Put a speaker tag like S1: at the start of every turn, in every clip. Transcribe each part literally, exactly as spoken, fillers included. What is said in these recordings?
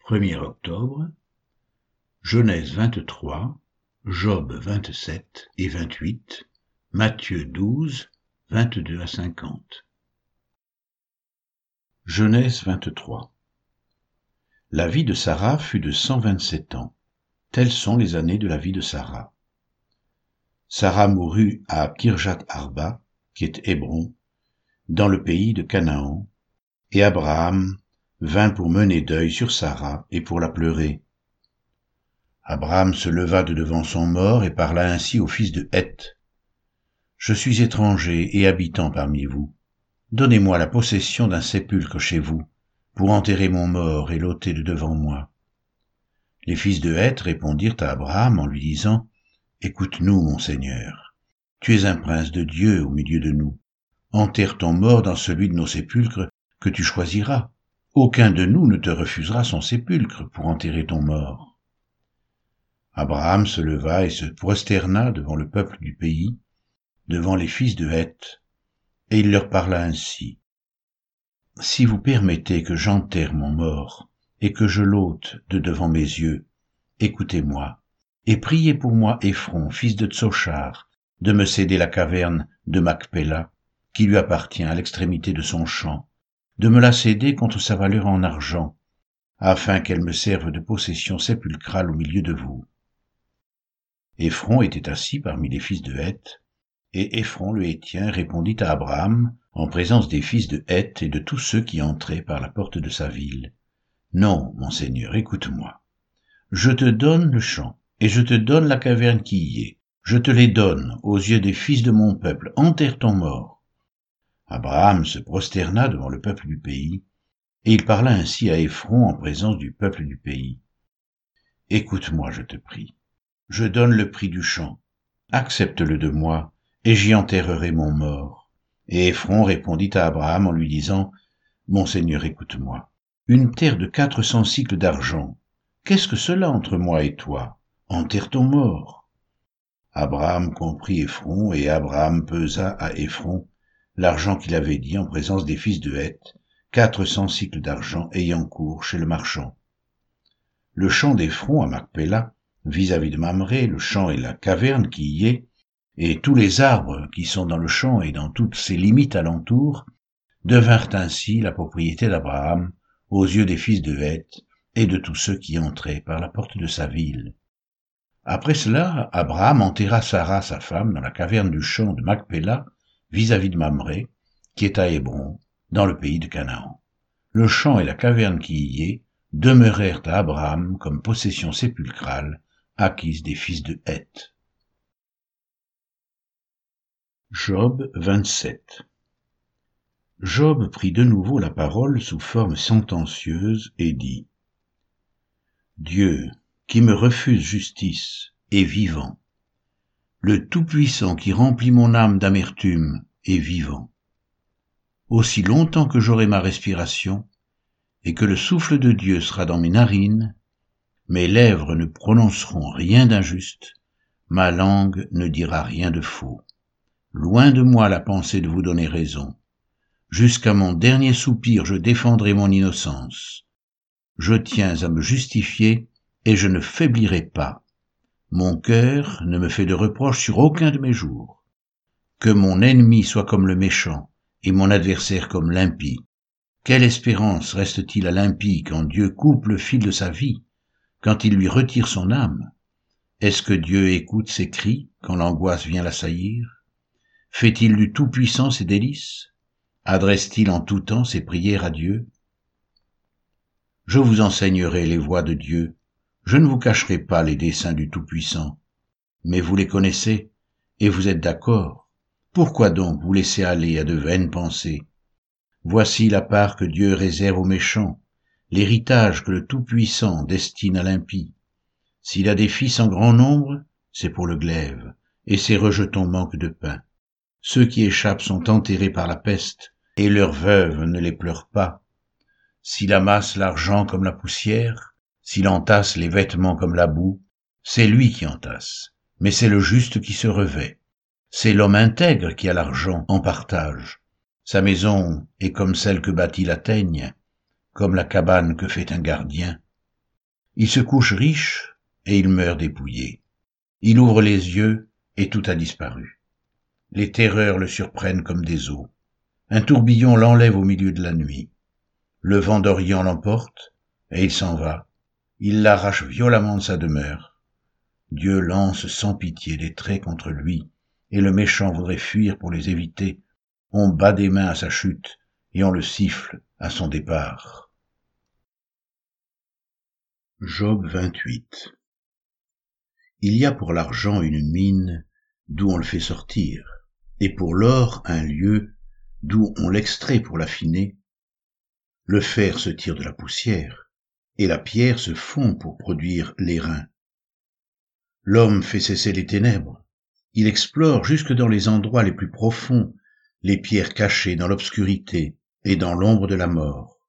S1: premier octobre, Genèse vingt-trois, Job vingt-sept et vingt-huit, Matthieu douze, vingt-deux à cinquante. Genèse vingt-trois. La vie de Sarah fut de cent vingt-sept ans. Telles sont les années de la vie de Sarah. Sarah mourut à Kirjath Arba, qui est Hébron, dans le pays de Canaan, et Abraham vint pour mener deuil sur Sarah et pour la pleurer. Abraham se leva de devant son mort et parla ainsi au fils de Heth. « Je suis étranger et habitant parmi vous. Donnez-moi la possession d'un sépulcre chez vous, pour enterrer mon mort et l'ôter de devant moi. » Les fils de Heth répondirent à Abraham en lui disant, « Écoute-nous, mon Seigneur. Tu es un prince de Dieu au milieu de nous. Enterre ton mort dans celui de nos sépulcres que tu choisiras. Aucun de nous ne te refusera son sépulcre pour enterrer ton mort. » Abraham se leva et se prosterna devant le peuple du pays, devant les fils de Heth, et il leur parla ainsi. « Si vous permettez que j'enterre mon mort et que je l'ôte de devant mes yeux, écoutez-moi, et priez pour moi Éphron, fils de Tsochar, de me céder la caverne de Macpéla, qui lui appartient à l'extrémité de son champ, de me la céder contre sa valeur en argent, afin qu'elle me serve de possession sépulcrale au milieu de vous. » Éphron était assis parmi les fils de Heth, et Éphron le Héthien répondit à Abraham, en présence des fils de Heth et de tous ceux qui entraient par la porte de sa ville. « Non, mon Seigneur, écoute-moi. Je te donne le champ, et je te donne la caverne qui y est. Je te les donne aux yeux des fils de mon peuple. Enterre ton mort. » Abraham se prosterna devant le peuple du pays, et il parla ainsi à Éphron en présence du peuple du pays. « Écoute-moi, je te prie. Je donne le prix du champ. Accepte-le de moi, et j'y enterrerai mon mort. » Et Éphron répondit à Abraham en lui disant, « Mon Seigneur, écoute-moi. Une terre de quatre cents cycles d'argent. Qu'est-ce que cela entre moi et toi? Enterre ton mort. » Abraham comprit Éphron, et Abraham pesa à Éphron l'argent qu'il avait dit en présence des fils de Heth, quatre cents cycles d'argent ayant cours chez le marchand. Le champ d'Éphron à Macpéla, vis-à-vis de Mamré, le champ et la caverne qui y est, et tous les arbres qui sont dans le champ et dans toutes ses limites alentour, devinrent ainsi la propriété d'Abraham aux yeux des fils de Heth et de tous ceux qui entraient par la porte de sa ville. Après cela, Abraham enterra Sarah, sa femme, dans la caverne du champ de Macpéla, vis-à-vis de Mamré, qui est à Hébron, dans le pays de Canaan. Le champ et la caverne qui y est demeurèrent à Abraham comme possession sépulcrale acquise des fils de Heth. Job vingt-sept. Job prit de nouveau la parole sous forme sentencieuse et dit : Dieu, qui me refuse justice, est vivant. Le Tout-Puissant qui remplit mon âme d'amertume est vivant. Aussi longtemps que j'aurai ma respiration, et que le souffle de Dieu sera dans mes narines, mes lèvres ne prononceront rien d'injuste, ma langue ne dira rien de faux. Loin de moi la pensée de vous donner raison. Jusqu'à mon dernier soupir, je défendrai mon innocence. Je tiens à me justifier et je ne faiblirai pas. Mon cœur ne me fait de reproche sur aucun de mes jours. Que mon ennemi soit comme le méchant et mon adversaire comme l'impie. Quelle espérance reste-t-il à l'impie quand Dieu coupe le fil de sa vie, quand il lui retire son âme? Est-ce que Dieu écoute ses cris quand l'angoisse vient l'assaillir? Fait-il du Tout-Puissant ses délices? Adresse-t-il en tout temps ses prières à Dieu? Je vous enseignerai les voies de Dieu. Je ne vous cacherai pas les desseins du Tout-Puissant. Mais vous les connaissez, et vous êtes d'accord. Pourquoi donc vous laisser aller à de vaines pensées? Voici la part que Dieu réserve aux méchants, l'héritage que le Tout-Puissant destine à l'impie. S'il a des fils en grand nombre, c'est pour le glaive, et ses rejetons manquent de pain. Ceux qui échappent sont enterrés par la peste, et leurs veuves ne les pleurent pas. S'il amasse l'argent comme la poussière, s'il entasse les vêtements comme la boue, c'est lui qui entasse, mais c'est le juste qui se revêt. C'est l'homme intègre qui a l'argent en partage. Sa maison est comme celle que bâtit la teigne, comme la cabane que fait un gardien. Il se couche riche et il meurt dépouillé. Il ouvre les yeux et tout a disparu. Les terreurs le surprennent comme des eaux. Un tourbillon l'enlève au milieu de la nuit. Le vent d'Orient l'emporte et il s'en va. Il l'arrache violemment de sa demeure. Dieu lance sans pitié des traits contre lui, et le méchant voudrait fuir pour les éviter. On bat des mains à sa chute, et on le siffle à son départ. Job vingt-huit. Il y a pour l'argent une mine d'où on le fait sortir, et pour l'or un lieu d'où on l'extrait pour l'affiner. Le fer se tire de la poussière, et la pierre se fond pour produire l'airain. L'homme fait cesser les ténèbres, il explore jusque dans les endroits les plus profonds, les pierres cachées dans l'obscurité et dans l'ombre de la mort.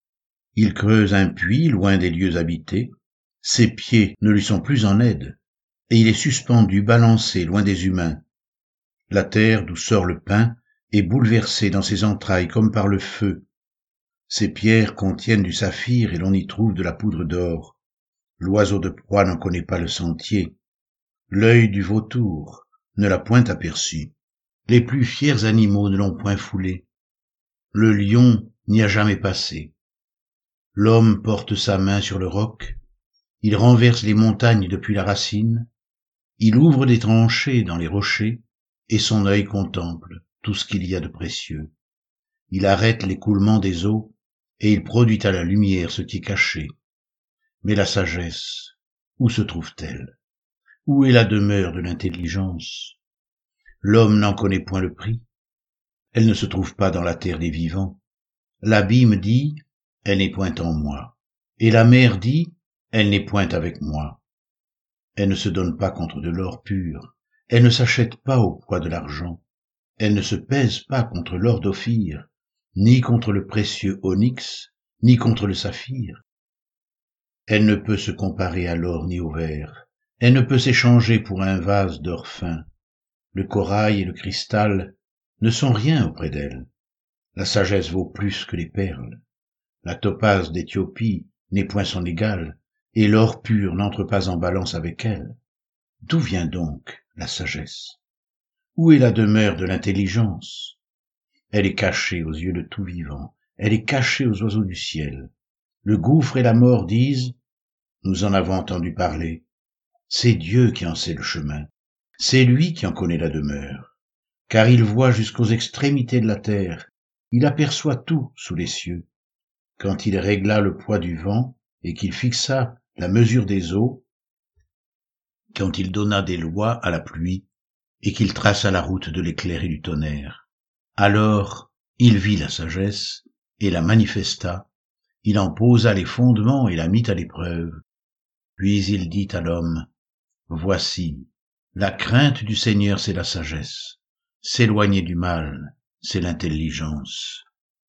S1: Il creuse un puits loin des lieux habités, ses pieds ne lui sont plus en aide, et il est suspendu, balancé loin des humains. La terre d'où sort le pain est bouleversée dans ses entrailles comme par le feu. Ces pierres contiennent du saphir et l'on y trouve de la poudre d'or. L'oiseau de proie n'en connaît pas le sentier. L'œil du vautour ne l'a point aperçu. Les plus fiers animaux ne l'ont point foulé. Le lion n'y a jamais passé. L'homme porte sa main sur le roc. Il renverse les montagnes depuis la racine. Il ouvre des tranchées dans les rochers et son œil contemple tout ce qu'il y a de précieux. Il arrête l'écoulement des eaux et il produit à la lumière ce qui est caché. Mais la sagesse, où se trouve-t-elle? Où est la demeure de l'intelligence? L'homme n'en connaît point le prix. Elle ne se trouve pas dans la terre des vivants. L'abîme dit, elle n'est point en moi. Et la mer dit, elle n'est point avec moi. Elle ne se donne pas contre de l'or pur. Elle ne s'achète pas au poids de l'argent. Elle ne se pèse pas contre l'or d'Ophir, ni contre le précieux onyx, ni contre le saphir. Elle ne peut se comparer à l'or ni au verre. Elle ne peut s'échanger pour un vase d'or fin. Le corail et le cristal ne sont rien auprès d'elle. La sagesse vaut plus que les perles. La topaze d'Éthiopie n'est point son égale, et l'or pur n'entre pas en balance avec elle. D'où vient donc la sagesse? Où est la demeure de l'intelligence? Elle est cachée aux yeux de tout vivant, elle est cachée aux oiseaux du ciel. Le gouffre et la mort disent, nous en avons entendu parler. C'est Dieu qui en sait le chemin, c'est lui qui en connaît la demeure, car il voit jusqu'aux extrémités de la terre, il aperçoit tout sous les cieux. Quand il régla le poids du vent et qu'il fixa la mesure des eaux, quand il donna des lois à la pluie et qu'il traça la route de l'éclair et du tonnerre, alors il vit la sagesse et la manifesta, il en posa les fondements et la mit à l'épreuve. Puis il dit à l'homme, voici, la crainte du Seigneur c'est la sagesse, s'éloigner du mal c'est l'intelligence.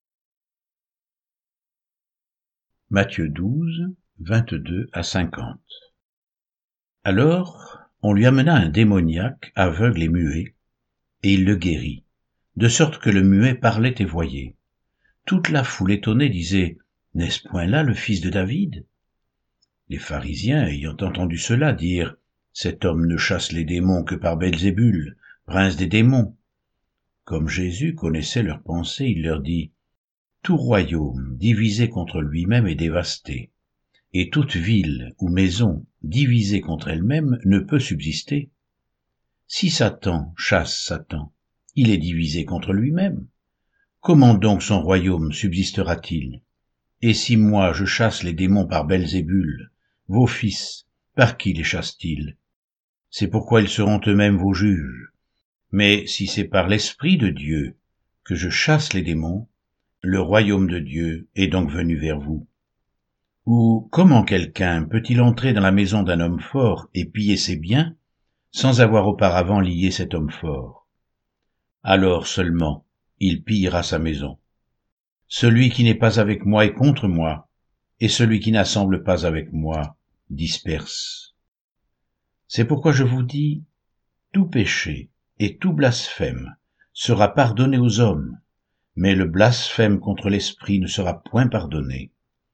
S1: Matthieu douze, vingt-deux à cinquante. Alors, on lui amena un démoniaque, aveugle et muet, et il le guérit, de sorte que le muet parlait et voyait. Toute la foule étonnée disait, n'est-ce point là le fils de David? Les pharisiens, ayant entendu cela, dirent, cet homme ne chasse les démons que par Belzébul, prince des démons. Comme Jésus connaissait leurs pensées, il leur dit, tout royaume divisé contre lui-même est dévasté, et toute ville ou maison divisée contre elle-même ne peut subsister. Si Satan chasse Satan, il est divisé contre lui-même. Comment donc son royaume subsistera-t-il? Et si moi je chasse les démons par Belzébul, vos fils, par qui les chassent-ils? C'est pourquoi ils seront eux-mêmes vos juges. Mais si c'est par l'Esprit de Dieu que je chasse les démons, le royaume de Dieu est donc venu vers vous. Ou comment quelqu'un peut-il entrer dans la maison d'un homme fort et piller ses biens, sans avoir auparavant lié cet homme fort? Alors seulement il pillera sa maison. Celui qui n'est pas avec moi est contre moi, et celui qui n'assemble pas avec moi disperse. C'est pourquoi je vous dis, tout péché et tout blasphème sera pardonné aux hommes, mais le blasphème contre l'Esprit ne sera point pardonné.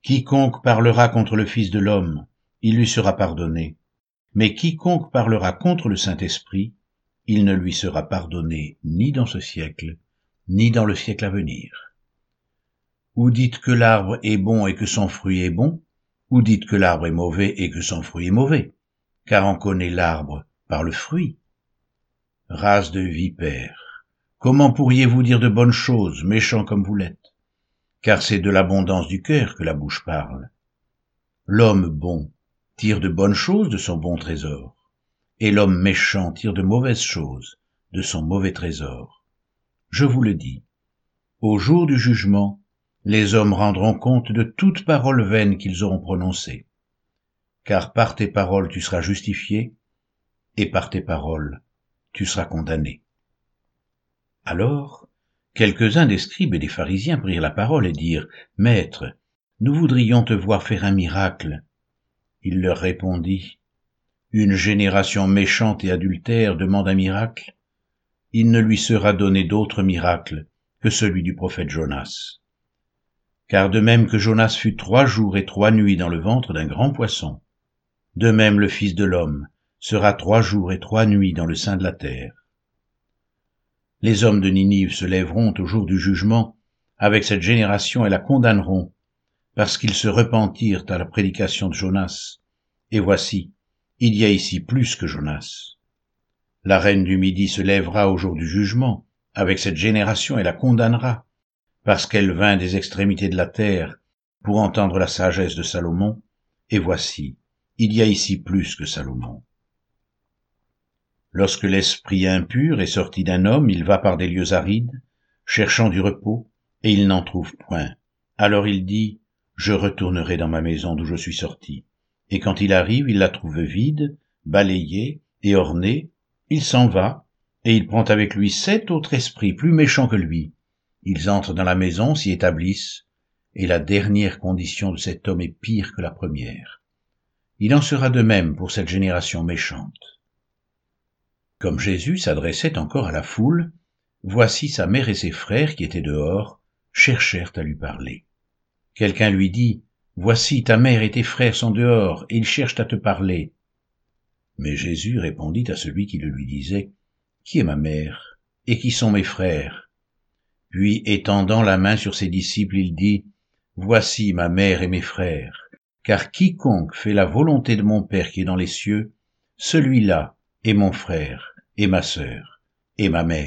S1: Quiconque parlera contre le Fils de l'homme, il lui sera pardonné. Mais quiconque parlera contre le Saint-Esprit, il ne lui sera pardonné ni dans ce siècle, ni dans le siècle à venir. Ou dites que l'arbre est bon et que son fruit est bon, ou dites que l'arbre est mauvais et que son fruit est mauvais, car on connaît l'arbre par le fruit. Race de vipères, comment pourriez-vous dire de bonnes choses, méchants comme vous l'êtes? Car c'est de l'abondance du cœur que la bouche parle. L'homme bon tire de bonnes choses de son bon trésor, et l'homme méchant tire de mauvaises choses de son mauvais trésor. Je vous le dis, au jour du jugement, les hommes rendront compte de toute parole vaine qu'ils auront prononcée. Car par tes paroles tu seras justifié, et par tes paroles tu seras condamné. Alors, quelques-uns des scribes et des pharisiens prirent la parole et dirent, « Maître, nous voudrions te voir faire un miracle. » Il leur répondit, « Une génération méchante et adultère demande un miracle. Il ne lui sera donné d'autre miracle que celui du prophète Jonas. Car de même que Jonas fut trois jours et trois nuits dans le ventre d'un grand poisson, de même le Fils de l'homme sera trois jours et trois nuits dans le sein de la terre. Les hommes de Ninive se lèveront au jour du jugement avec cette génération et la condamneront, parce qu'ils se repentirent à la prédication de Jonas. Et voici, il y a ici plus que Jonas. La reine du Midi se lèvera au jour du jugement avec cette génération et la condamnera, parce qu'elle vint des extrémités de la terre pour entendre la sagesse de Salomon, et voici, il y a ici plus que Salomon. Lorsque l'esprit impur est sorti d'un homme, il va par des lieux arides, cherchant du repos, et il n'en trouve point. Alors il dit, « Je retournerai dans ma maison d'où je suis sorti. » Et quand il arrive, il la trouve vide, balayée et ornée. Il s'en va, et il prend avec lui sept autres esprits plus méchants que lui. Ils entrent dans la maison, s'y établissent, et la dernière condition de cet homme est pire que la première. Il en sera de même pour cette génération méchante. Comme Jésus s'adressait encore à la foule, voici sa mère et ses frères qui étaient dehors, cherchèrent à lui parler. Quelqu'un lui dit, « Voici ta mère et tes frères sont dehors, et ils cherchent à te parler. » Mais Jésus répondit à celui qui le lui disait, « Qui est ma mère, et qui sont mes frères ?» Puis, étendant la main sur ses disciples, il dit, « Voici ma mère et mes frères, car quiconque fait la volonté de mon Père qui est dans les cieux, celui-là est mon frère, et ma sœur, et ma mère. »